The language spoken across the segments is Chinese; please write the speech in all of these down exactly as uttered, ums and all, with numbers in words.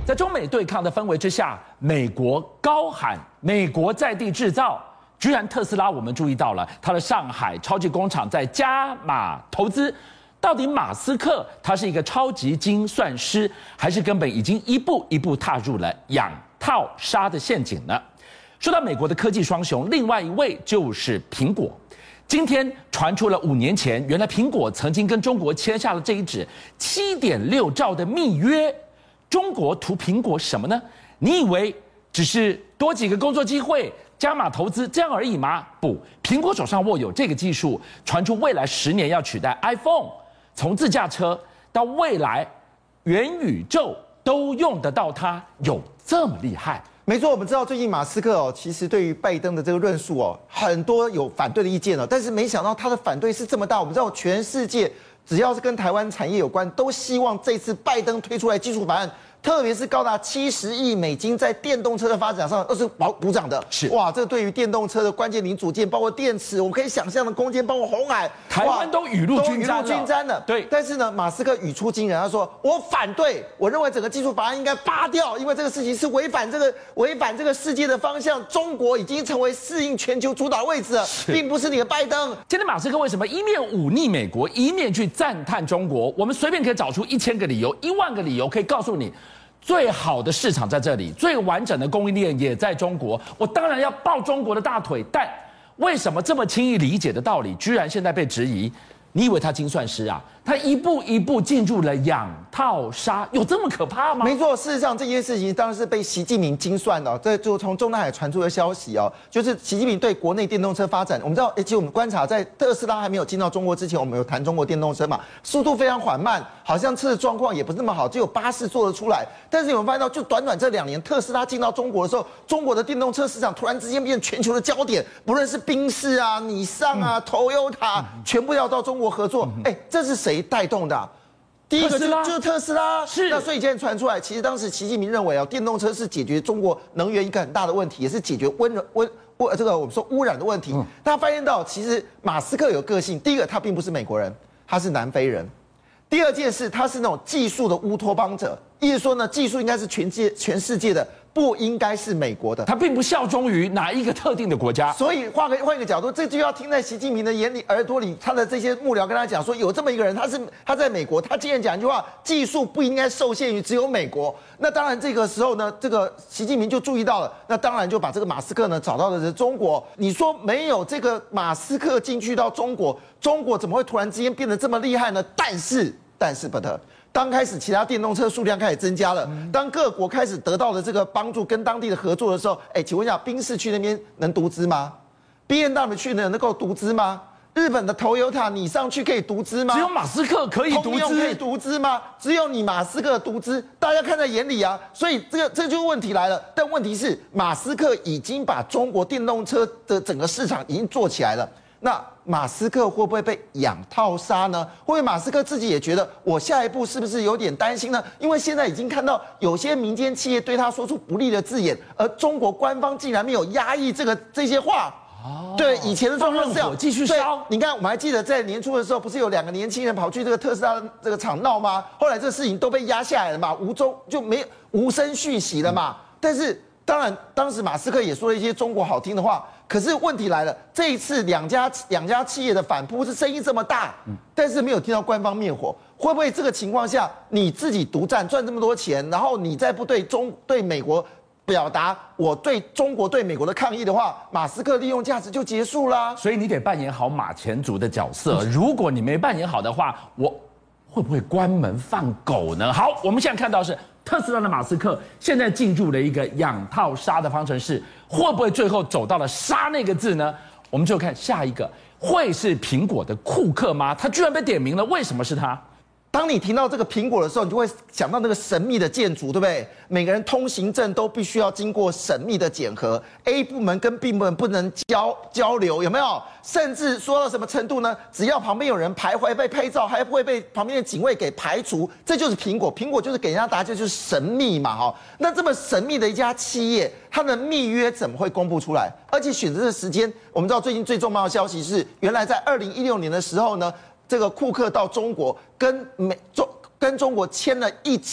在中美对抗的氛围之下，美国高喊“美国在地制造”，居然特斯拉我们注意到了它的上海超级工厂在加码投资。到底马斯克他是一个超级精算师，还是根本已经一步一步踏入了养套杀的陷阱呢？说到美国的科技双雄，另外一位就是苹果。今天传出了五年前，原来苹果曾经跟中国签下了这一纸七点六兆的密约。中国图苹果什么呢？你以为只是多几个工作机会、加码投资这样而已吗？不，苹果手上握有这个技术，传出未来十年要取代 iPhone， 从自驾车到未来元宇宙都用得到它，有这么厉害？ 没错，我们知道最近马斯克哦，其实对于拜登的这个论述哦，很多有反对的意见哦，但是没想到他的反对是这么大。我们知道全世界只要是跟台湾产业有关，都希望这次拜登推出来技术法案，特别是高达七十亿美金在电动车的发展上都是补涨的。 是哇，这对于电动车的关键零组件，包括电池，我们可以想象的空间，包括鸿海， 台湾都雨露均沾了。 雨露均沾了。 对， 但是呢，马斯克语出惊人，他说：“我反对，我认为整个技术法案应该拔掉，因为这个事情是违反这个违反这个世界的方向。中国已经成为适应全球主导位置了，并不是你的拜登。” 今天马斯克为什么一面忤逆美国，一面去赞叹中国？我们随便可以找出一千个理由、一万个理由，可以告诉你。最好的市场在这里，最完整的供应链也在中国。我当然要抱中国的大腿，但为什么这么轻易理解的道理，居然现在被质疑？你以为他精算师啊？他一步一步进入了养套杀，有这么可怕吗？ 没错，事实上这件事情当然是被习近平精算的、哦。这就从中南海传出的消息哦，就是习近平对国内电动车发展，我们知道，其实我们观察，在特斯拉还没有进到中国之前，我们有谈中国电动车嘛，速度非常缓慢，好像车的状况也不是那么好，只有巴士做得出来。但是你们发现到，就短短这两年，特斯拉进到中国的时候，中国的电动车市场突然之间变成全球的焦点，不论是宾士啊、尼桑啊、Toyota，、嗯、全部要到中国合作。哎、嗯，这是谁带动的、啊？第一个就就是特斯拉， 是那所以现在传出来，其实当时习近平认为啊，电动车是解决中国能源一个很大的问题，也是解决温温温这个我们说污染的问题。嗯、他发现到，其实马斯克有个性，第一个他并不是美国人，他是南非人；第二件事，他是那种技术的乌托邦者，意思说呢，技术应该是全界全世界的。不应该是美国的， 他并不效忠于哪一个特定的国家。 所以换个换一个角度，这就要听在习近平的眼里、耳朵里，他的这些幕僚跟他讲说，有这么一个人，他是他在美国，他竟然讲一句话，技术不应该受限于只有美国。那当然这个时候呢，这个习近平就注意到了，那当然就把这个马斯克呢找到的是中国。你说没有这个马斯克进去到中国，中国怎么会突然之间变得这么厉害呢？但是，但是不得。当开始其他电动车数量开始增加了，当各国开始得到了这个帮助，跟当地的合作的时候，哎，请问一下，宾士去那边能独资吗 ？B M W 去呢能够独资吗？日本的 Toyota 你上去可以独资吗？ 只有马斯克可以独资， 可以独资吗？只有你马斯克独资，大家看在眼里啊。所以这个这就是问题来了。但问题是，马斯克已经把中国电动车的整个市场已经做起来了。那马斯克会不会被养套杀呢？会不会马斯克自己也觉得我下一步是不是有点担心呢？因为现在已经看到有些民间企业对他说出不利的字眼，而中国官方竟然没有压抑这个这些话。哦，对，以前的状况是这样， 继续烧。 你看，我们还记得在年初的时候，不是有两个年轻人跑去这个特斯拉这个厂闹吗？后来这个事情都被压下来了嘛，无踪就没无声讯息了嘛。嗯、但是当然，当时马斯克也说了一些中国好听的话。可是问题来了，这一次两家两家企业的反扑是声音这么大，但是没有听到官方灭火，会不会这个情况下你自己独占赚这么多钱，然后你再不对中对美国表达我对中国对美国的抗议的话，马斯克利用价值就结束啦。 所以你得扮演好马前卒的角色，如果你没扮演好的话，我会不会关门放狗呢？好，我们现在看到是。特斯拉的马斯克现在进入了一个养套杀的方程式，会不会最后走到了杀那个字呢？我们就看下一个，会是苹果的库克吗？他居然被点名了，为什么是他？ 当你听到这个苹果的时候，你就会想到那个神秘的建筑，对不对？每个人通行证都必须要经过神秘的检核 ，A 部门跟 B 部门不能交交流，有没有？甚至说到什么程度呢？只要旁边有人徘徊被拍照，还会被旁边的警卫给排除，这就是苹果。苹果就是给人家答案，就是神秘嘛，哈。那这么神秘的一家企业，它的密约怎么会公布出来？而且选择的时间，我们知道最近最重要的消息是，原来在二零一六年的时候呢。这个库克到中国跟美中跟中国签了一纸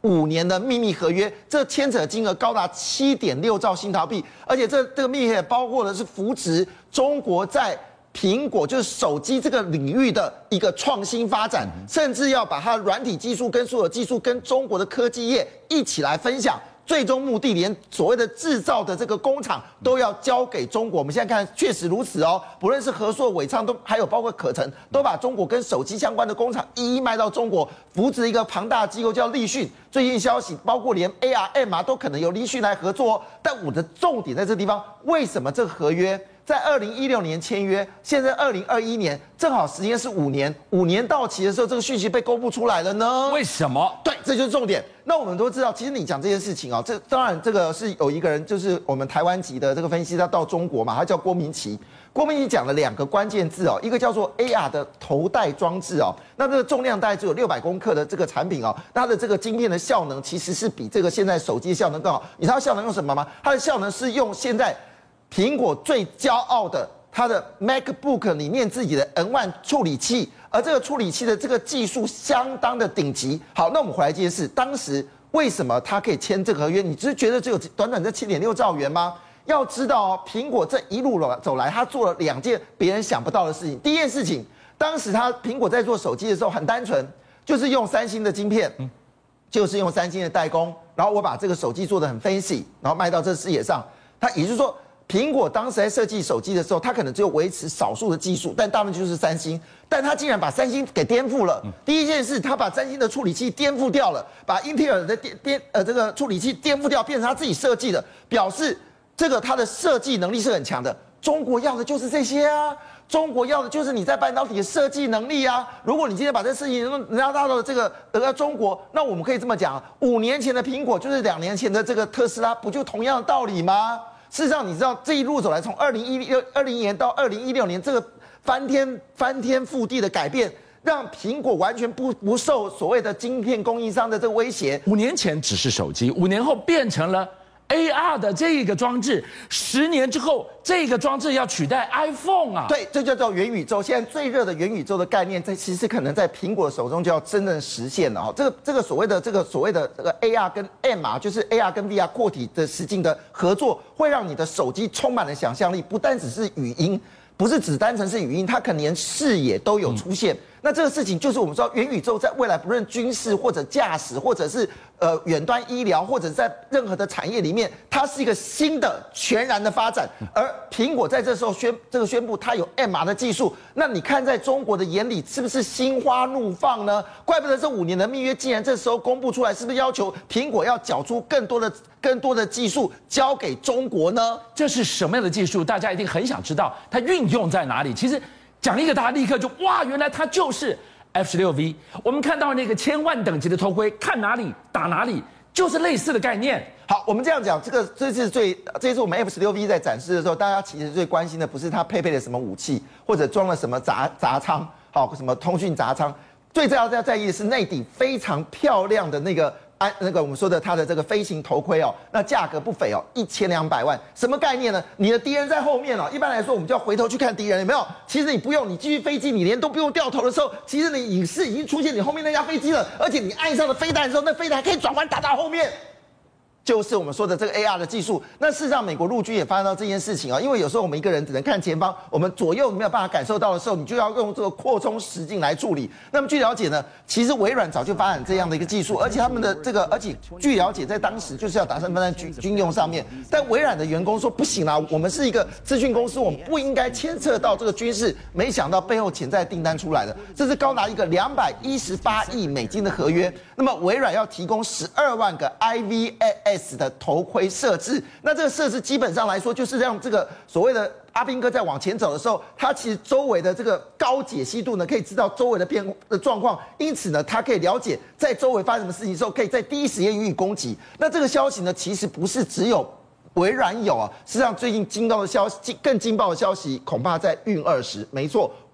五年的秘密合约，这牵扯金额高达七点六兆新台币，而且这这个秘密也包括的是扶植中国在苹果就是手机这个领域的一个创新发展，甚至要把它的软体技术跟所有技术跟中国的科技业一起来分享。最终目的连所谓的制造的这个工厂都要交给中国。我们现在看确实如此哦，不论是和硕、伟创都还有包括可成，都把中国跟手机相关的工厂一一卖到中国，扶植一个庞大的机构叫立讯。最近消息包括连 A R M 啊都可能由立讯来合作哦。但我的重点在这地方，为什么这个合约在二零一六年签约，现在二零二一年正好时间是五年，五年到期的时候，这个讯息被公布出来了呢？ 为什么？ 对，这就是重点。那我们都知道，其实你讲这件事情哦，这当然这个是有一个人，就是我们台湾籍的这个分析，他到中国嘛，他叫郭明奇。郭明奇讲了两个关键字哦，一个叫做 A R 的头戴装置哦，那这个重量大概只有六百公克的这个产品哦，它的这个晶片的效能其实是比这个现在手机的效能更好。你知道效能用什么吗？它的效能是用现在苹果最骄傲的它的 MacBook 里面自己的 M 一 处理器，而这个处理器的这个技术相当的顶级。好，那我们回来这件事，当时为什么他可以签这个合约？你只是觉得只有短短这七点六兆元吗？要知道哦，苹果这一路走来，他做了两件别人想不到的事情。第一件事情，当时他苹果在做手机的时候很单纯，就是用三星的晶片，就是用三星的代工，然后我把这个手机做得很 fancy， 然后卖到这世界上。它也就是说，苹果当时在设计手机的时候，它可能只有维持少数的技术，但大部分就是三星。但它竟然把三星给颠覆了。第一件事，它把三星的处理器颠覆掉了，把英特尔的颠颠呃这个处理器颠覆掉，变成他自己设计的，表示这个它的设计能力是很强的。中国要的就是这些啊。中国要的就是你在半导体的设计能力啊！如果你今天把这事情人家到了这个得到中国，那我们可以这么讲：五年前的苹果就是两年前的这个特斯拉，不就同样的道理吗？事实上，你知道这一路走来，从二零一六二零年到二零一六年，这个翻天翻天覆地的改变，让苹果完全不不受所谓的晶片供应商的这个威胁。 五年前只是手机，五年后变成了A R 的这个装置，十年之后，这个装置要取代 iPhone 啊！ 对，这就叫元宇宙。现在最热的元宇宙的概念，在其实可能在苹果手中就要真正实现了哈。这个这个所谓的这个所谓的这个 A R 跟 M R， 就是 A R 跟 V R 扩体的实境的合作，会让你的手机充满了想象力，不单只是语音。不是只单纯是语音，它可能连视野都有出现。嗯、那这个事情就是我们说元宇宙在未来不论军事或者驾驶，或者是呃远端医疗，或者在任何的产业里面，它是一个新的全然的发展。而苹果在这时候宣这个宣布它有 M R 的技术，那你看在中国的眼里是不是心花怒放呢？怪不得这五年的密约既然这时候公布出来，是不是要求苹果要缴出更多的更多的技术交给中国呢？ 这是什么样的技术？大家一定很想知道，它运用在哪里？其实讲一个，大家立刻就哇，原来它就是 F 十六 V。我们看到那个千万等级的头盔，看哪里打哪里，就是类似的概念。 好，我们这样讲，这个这次最这次我们 F 十六 V 在展示的时候，大家其实最关心的不是它配备了什么武器，或者装了什么杂杂仓，好，什么通讯杂仓，最重要要在意的是内底非常漂亮的那个。安那个我们说的它的这个飞行头盔哦，那价格不菲哦，一千两百万，什么概念呢？你的敌人在后面哦，一般来说我们就要回头去看敌人有没有。其实你不用，你继续飞机，你连都不用掉头的时候，其实你影视已经出现你后面那架飞机了，而且你按上了飞弹的时候，那飞弹还可以转弯打到后面。就是我们说的这个 A R 的技术。那事实上，美国陆军也发现到这件事情啊，因为有时候我们一个人只能看前方，我们左右没有办法感受到的时候，你就要用这个扩充实境来处理。那么据了解呢，其实微软早就发展这样的一个技术，而且他们的这个，而且据了解，在当时就是要打算放在军军用上面。但微软的员工说不行啦，我们是一个资讯公司，我们不应该牵涉到这个军事。没想到背后潜在订单出来了，这是高达一个两百一十八亿美金的合约。那么微软要提供十二万个 I V S 的头盔设置，那这个设置基本上来说，就是让这个所谓的阿兵哥在往前走的时候，他其实周围的这个高解析度呢，可以知道周围的变的状况，因此呢，他可以了解在周围发生什么事情的时候，可以在第一时间予以攻击。那这个消息呢，其实不是只有微软有啊，实际上最近惊爆的消息，更惊爆的消息，恐怕在运二十，没错。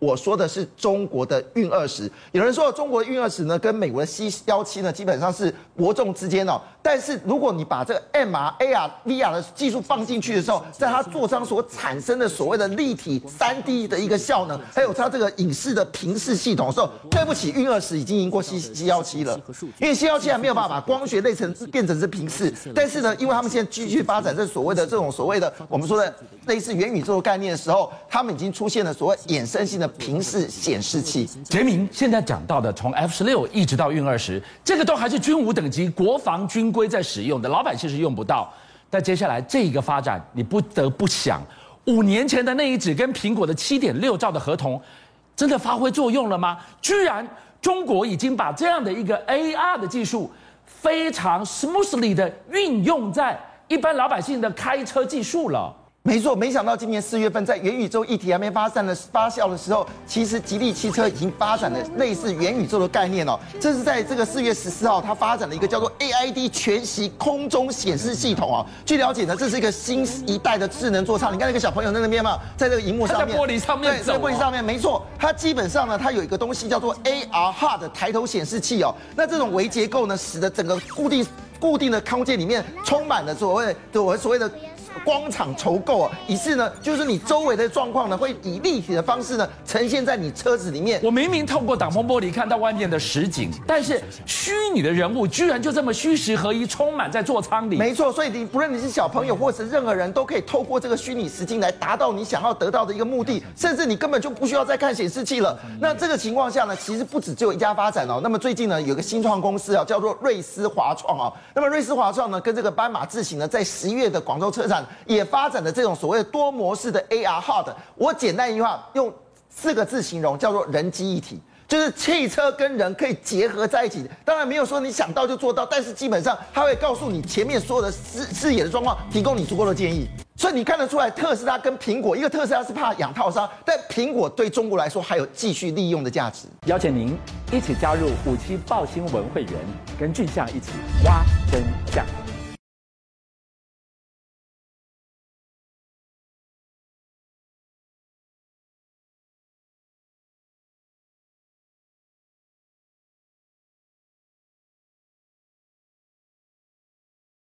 我说的是中国的运二十。有人说中国的运二十呢，跟美国的 C 十七呢，基本上是伯仲之间哦。但是如果你把这个 M R、A R、V R 的技术放进去的时候，在它座舱所产生的所谓的立体三 D 的一个效能，还有它这个影视的平视系统的时候，对不起，运二十已经赢过 C 十七了，因为 C 十七还没有办法把光学类成变成是平视，但是呢，因为他们现在继续发展这所谓的这种所谓的我们说的类似元宇宙的概念的时候，他们已经出现了所谓衍生性的平视显示器。 杰明现在讲到的，从 F 十六一直到运二十，这个都还是军武等级、国防军规在使用的，老百姓是用不到。但接下来这一个发展，你不得不想，五年前的那一纸跟苹果的 七点六兆的合同，真的发挥作用了吗？居然中国已经把这样的一个 A R 的技术，非常 smoothly 的运用在一般老百姓的开车技术了。 没错，没想到今年四月份，在元宇宙议题还没发散的发酵的时候，其实吉利汽车已经发展了类似元宇宙的概念哦。这是在这个四月十四号，它发展了一个叫做 A I D 全息空中显示系统哦。据了解呢，这是一个新一代的智能座舱。你看那个小朋友在那边嘛，在这个荧幕上面， 在玻璃上面走、哦， 对，在玻璃上面，没错。它基本上呢，它有一个东西叫做 A R H U D 抬头显示器哦。那这种微结构呢，使得整个固定固定的空间里面充满了所谓的我所谓的光场筹构啊，于是呢，就是你周围的状况呢，会以立体的方式呢，呈现在你车子里面。 我明明透过挡风玻璃看到外面的实景，但是虚拟的人物居然就这么虚实合一，充满在座舱里。 没错，所以你不论你是小朋友或者是任何人都可以透过这个虚拟实境来达到你想要得到的一个目的，甚至你根本就不需要再看显示器了。那这个情况下呢，其实不止只有一家发展哦。那么最近呢，有个新创公司啊，叫做瑞思华创哦。那么瑞思华创呢，跟这个斑马智行呢，在十一月的广州车展也发展了这种所谓的多模式的 A R H U D。我简单一句话用四个字形容，叫做人机一体。就是汽车跟人可以结合在一起，当然没有说你想到就做到，但是基本上它会告诉你前面所有的视视野的状况，提供你足够的建议。所以你看得出来，特斯拉跟苹果，一个特斯拉是怕养套商，但苹果对中国来说还有继续利用的价值。 邀请您一起加入五七爆新闻会员，跟俊相一起挖真相。